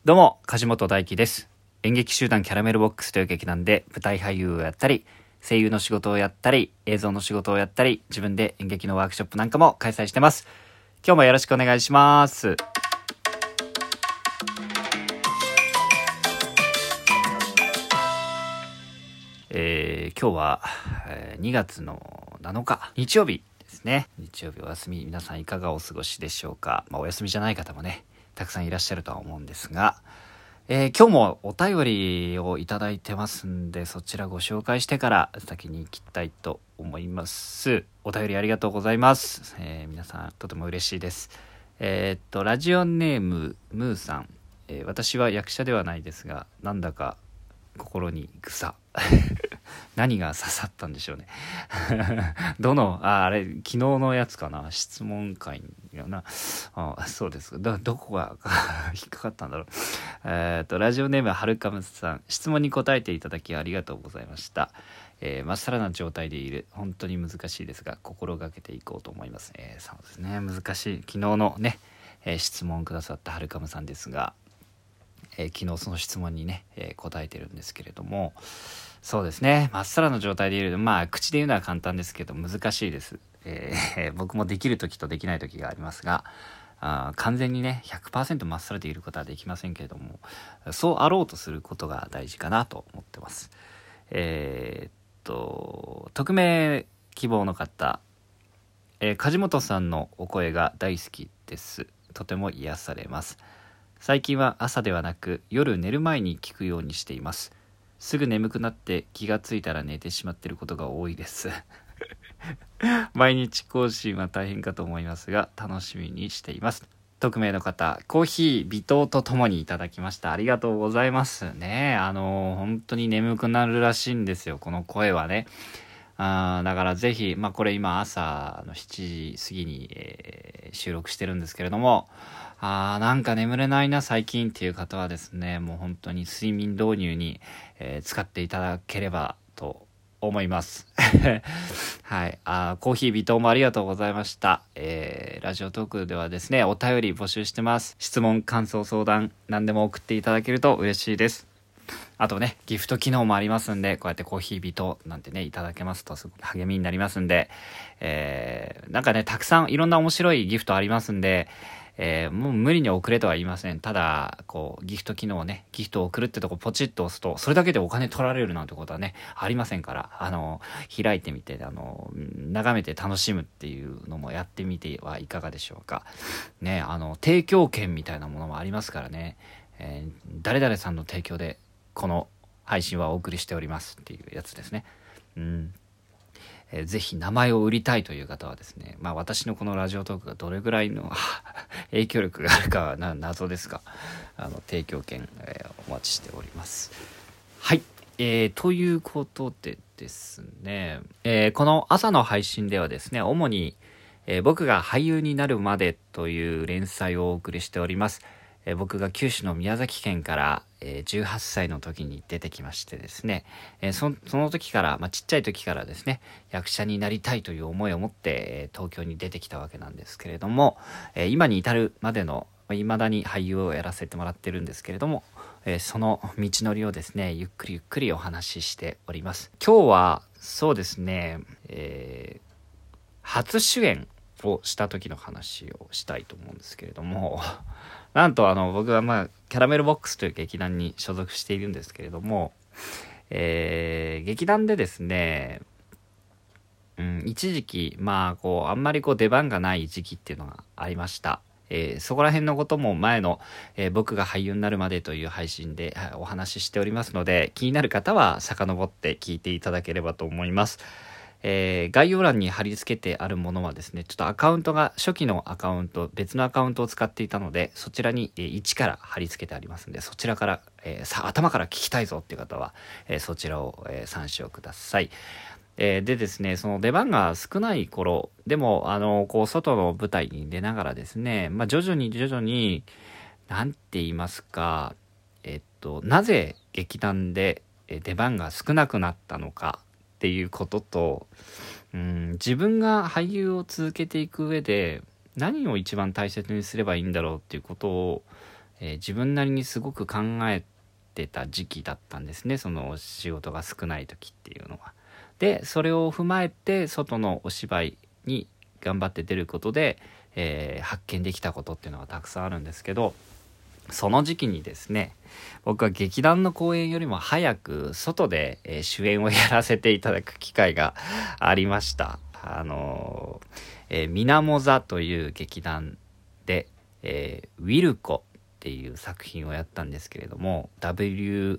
どうも、梶本大輝です。演劇集団キャラメルボックスという劇団で舞台俳優をやったり、声優の仕事をやったり、映像の仕事をやったり、自分で演劇のワークショップなんかも開催してます。今日もよろしくお願いします。今日は、2月の7日、日曜日ですね。日曜日お休み、皆さんいかがお過ごしでしょうか。お休みじゃない方もね、たくさんいらっしゃるとは思うんですが、今日もお便りをいただいてますんで、そちらご紹介してから先に行きたいと思います。お便りありがとうございます。皆さんとても嬉しいです。ラジオネームムーさん、私は役者ではないですが、なんだか心に草何が刺さったんでしょうねあれ昨日のやつかな、質問会やな。そうです。どこが引っかかったんだろう。ラジオネームはるかむさん、質問に答えていただきありがとうございました。まっさらな状態でいる、本当に難しいですが心がけていこうと思います。そうですね、難しい。昨日のね、質問くださったはるかむさんですが、昨日その質問にね、答えてるんですけれども、そうですね、まっさらな状態でいる、口で言うのは簡単ですけど難しいです。僕もできる時とできない時がありますが、完全にね 100% まっさらでいることはできませんけれども、そうあろうとすることが大事かなと思ってます。匿名希望の方、梶本さんのお声が大好きです。とても癒されます。最近は朝ではなく夜寝る前に聞くようにしています。すぐ眠くなって気がついたら寝てしまっていることが多いです毎日更新は大変かと思いますが楽しみにしています。匿名の方、コーヒー微糖とともにいただきました。ありがとうございますね。本当に眠くなるらしいんですよ、この声はね。だからぜひ、これ今朝の7時過ぎに、収録してるんですけれども、なんか眠れないな最近っていう方はですね、もう本当に睡眠導入に、使っていただければと思いますはい。コーヒー微糖もありがとうございました。ラジオトークではですね、お便り募集してます。質問、感想、相談、何でも送っていただけると嬉しいです。あとね、ギフト機能もありますんで、こうやってコーヒー微糖なんてね、いただけますとすごく励みになりますんで、なんかね、たくさんいろんな面白いギフトありますんで、もう無理に送れとは言いません。ただ、ギフト機能をね、ギフトを送るってとこポチッと押すと、それだけでお金取られるなんてことはね、ありませんから、開いてみて、眺めて楽しむっていうのもやってみてはいかがでしょうか。ね、提供権みたいなものもありますからね、誰々さんの提供で、この配信はお送りしておりますっていうやつですね。ぜひ名前を売りたいという方はですね、私のこのラジオトークがどれぐらいの影響力があるかは謎ですが、提供権、お待ちしております。はい、ということでですね、この朝の配信ではですね、主に、僕が俳優になるまでという連載をお送りしております。僕が九州の宮崎県から、18歳の時に出てきましてですね、その時から、ちっちゃい時からですね、役者になりたいという思いを持って、東京に出てきたわけなんですけれども、今に至るまでの、未だに俳優をやらせてもらってるんですけれども、その道のりをですね、ゆっくりゆっくりお話ししております。今日はそうですね、初主演をした時の話をしたいと思うんですけれどもなんと僕はキャラメルボックスという劇団に所属しているんですけれども、劇団でですね、一時期あんまり出番がない時期っていうのがありました。そこら辺のことも前の、僕が俳優になるまでという配信でお話ししておりますので、気になる方は遡って聞いていただければと思います。概要欄に貼り付けてあるものはですね、ちょっとアカウントが初期のアカウント、別のアカウントを使っていたので、そちらに1から貼り付けてありますので、そちらから、頭から聞きたいぞっていう方は、そちらを、参照ください。でですね、その出番が少ない頃でも外の舞台に出ながらですね、徐々になんて言いますか、なぜ劇団で出番が少なくなったのかっていうことと、自分が俳優を続けていく上で何を一番大切にすればいいんだろうっていうことを、 自分なりにすごく考えてた時期だったんですね、その仕事が少ない時っていうのは。でそれを踏まえて外のお芝居に頑張って出ることで、発見できたことっていうのがたくさんあるんですけど、その時期にですね、僕は劇団の公演よりも早く外で、主演をやらせていただく機会がありました。みなも座という劇団で、ウィルコっていう作品をやったんですけれども、 WILCO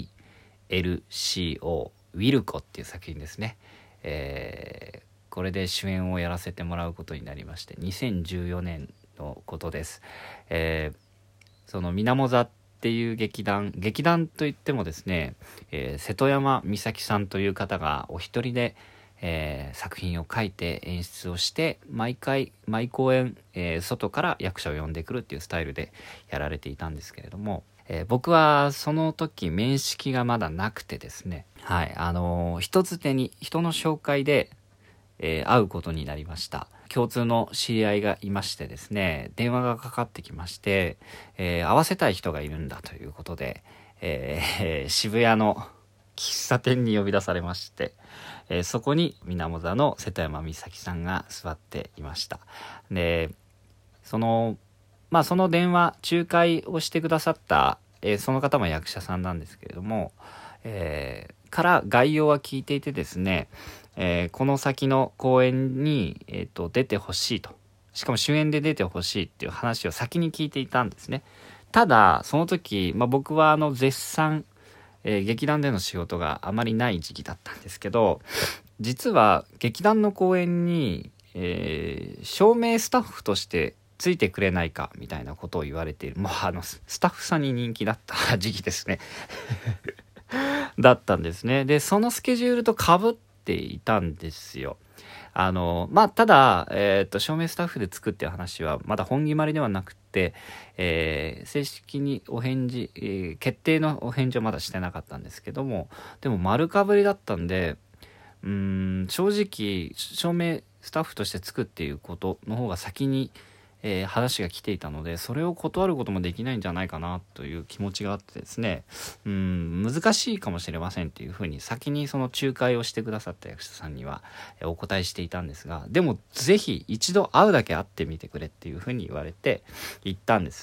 ウィルコっていう作品ですね。これで主演をやらせてもらうことになりまして、2014年のことです。そのみなも座っていう劇団といってもですね、瀬戸山美咲さんという方がお一人で、作品を書いて演出をして、毎公演、外から役者を呼んでくるっていうスタイルでやられていたんですけれども、僕はその時面識がまだなくてですね、人づてに人の紹介で、会うことになりました。共通の知り合いがいましてですね、電話がかかってきまして、会わせたい人がいるんだということで、渋谷の喫茶店に呼び出されまして、そこにみなも座の瀬戸山美咲さんが座っていました。でその電話仲介をしてくださった、その方も役者さんなんですけれども、から概要は聞いていてですね、この先の公演に、出てほしいと、しかも主演で出てほしいっていう話を先に聞いていたんですね。ただその時、僕は絶賛、劇団での仕事があまりない時期だったんですけど、実は劇団の公演に、照明スタッフとしてついてくれないかみたいなことを言われている、スタッフさんに人気だった時期ですねだったんですね。でそのスケジュールと被っていたんですよ。ただ、照明スタッフで作っていう話はまだ本決まりではなくて、正式にお返事、決定のお返事はまだしてなかったんですけども、でも丸かぶりだったんで、正直照明スタッフとして作っていることの方が先に、話が来ていたので、それを断ることもできないんじゃないかなという気持ちがあってですね、難しいかもしれませんっていうふうに先にその仲介をしてくださった役者さんにはお答えしていたんですが、でもぜひ一度会うだけ会ってみてくれっていうふうに言われて行ったんです。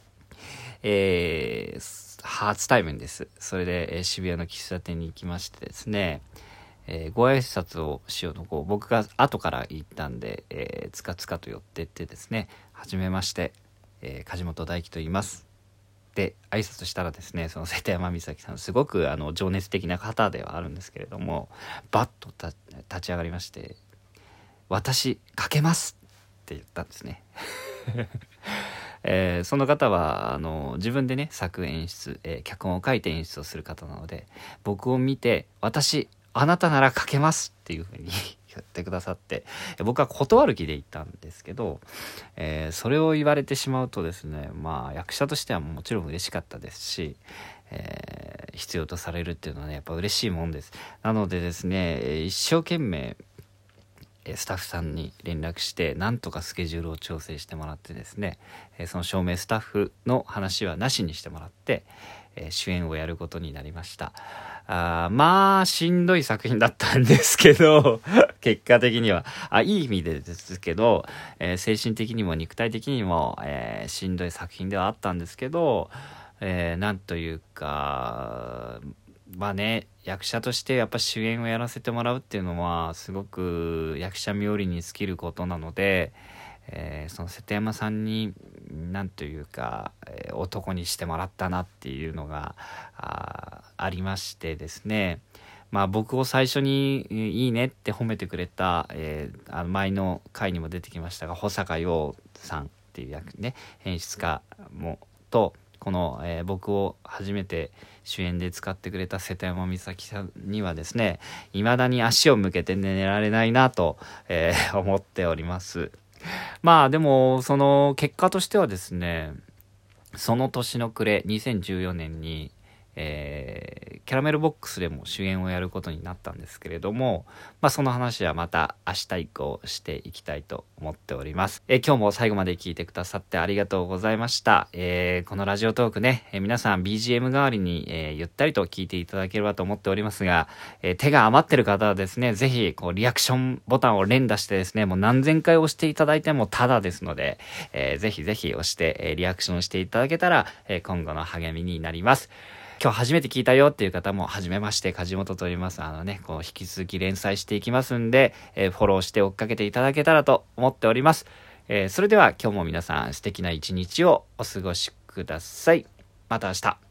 初対面です。それで、渋谷の喫茶店に行きましてですね、ご挨拶をしようと僕が後から行ったんで、つかつかと寄ってってですね、はじめまして、梶本大輝と言いますで挨拶したらですね、その瀬戸山美咲さんすごく情熱的な方ではあるんですけれども、バッと立ち上がりまして、私書けますって言ったんですねその方は自分でね作演出、脚本を書いて演出をする方なので、僕を見てあなたなら書けますっていうふうに言ってくださって、僕は断る気で言ったんですけど、それを言われてしまうとですね、役者としてはもちろん嬉しかったですし、必要とされるっていうのはねやっぱ嬉しいもんです。なのでですね、一生懸命スタッフさんに連絡してなんとかスケジュールを調整してもらってですね、その照明スタッフの話はなしにしてもらって、主演をやることになりました。しんどい作品だったんですけど結果的にはいい意味でですけど、精神的にも肉体的にも、しんどい作品ではあったんですけど、なんというか役者としてやっぱ主演をやらせてもらうっていうのはすごく役者冥利に尽きることなので、その瀬戸山さんになんというか、男にしてもらったなっていうのがありましてですね、僕を最初にいいねって褒めてくれた、前の回にも出てきましたが保坂陽さんっていう役ね、演出家とこの、僕を初めて主演で使ってくれた瀬戸山美咲さんにはですね、未だに足を向けて寝られないなと、思っております。でもその結果としてはですね、その年の暮れ2014年に、 キャラメルボックスでも主演をやることになったんですけれども、その話はまた明日以降していきたいと思っております。今日も最後まで聞いてくださってありがとうございました。このラジオトークね、皆さん BGM 代わりに、ゆったりと聞いていただければと思っておりますが、手が余ってる方はですね、ぜひリアクションボタンを連打してですね、もう何千回押していただいてもタダですので、ぜひぜひ押して、リアクションしていただけたら、今後の励みになります。今日初めて聞いたよっていう方も、はじめまして、梶本と言います。引き続き連載していきますんで、フォローして追っかけていただけたらと思っております。それでは今日も皆さん素敵な一日をお過ごしください。また明日。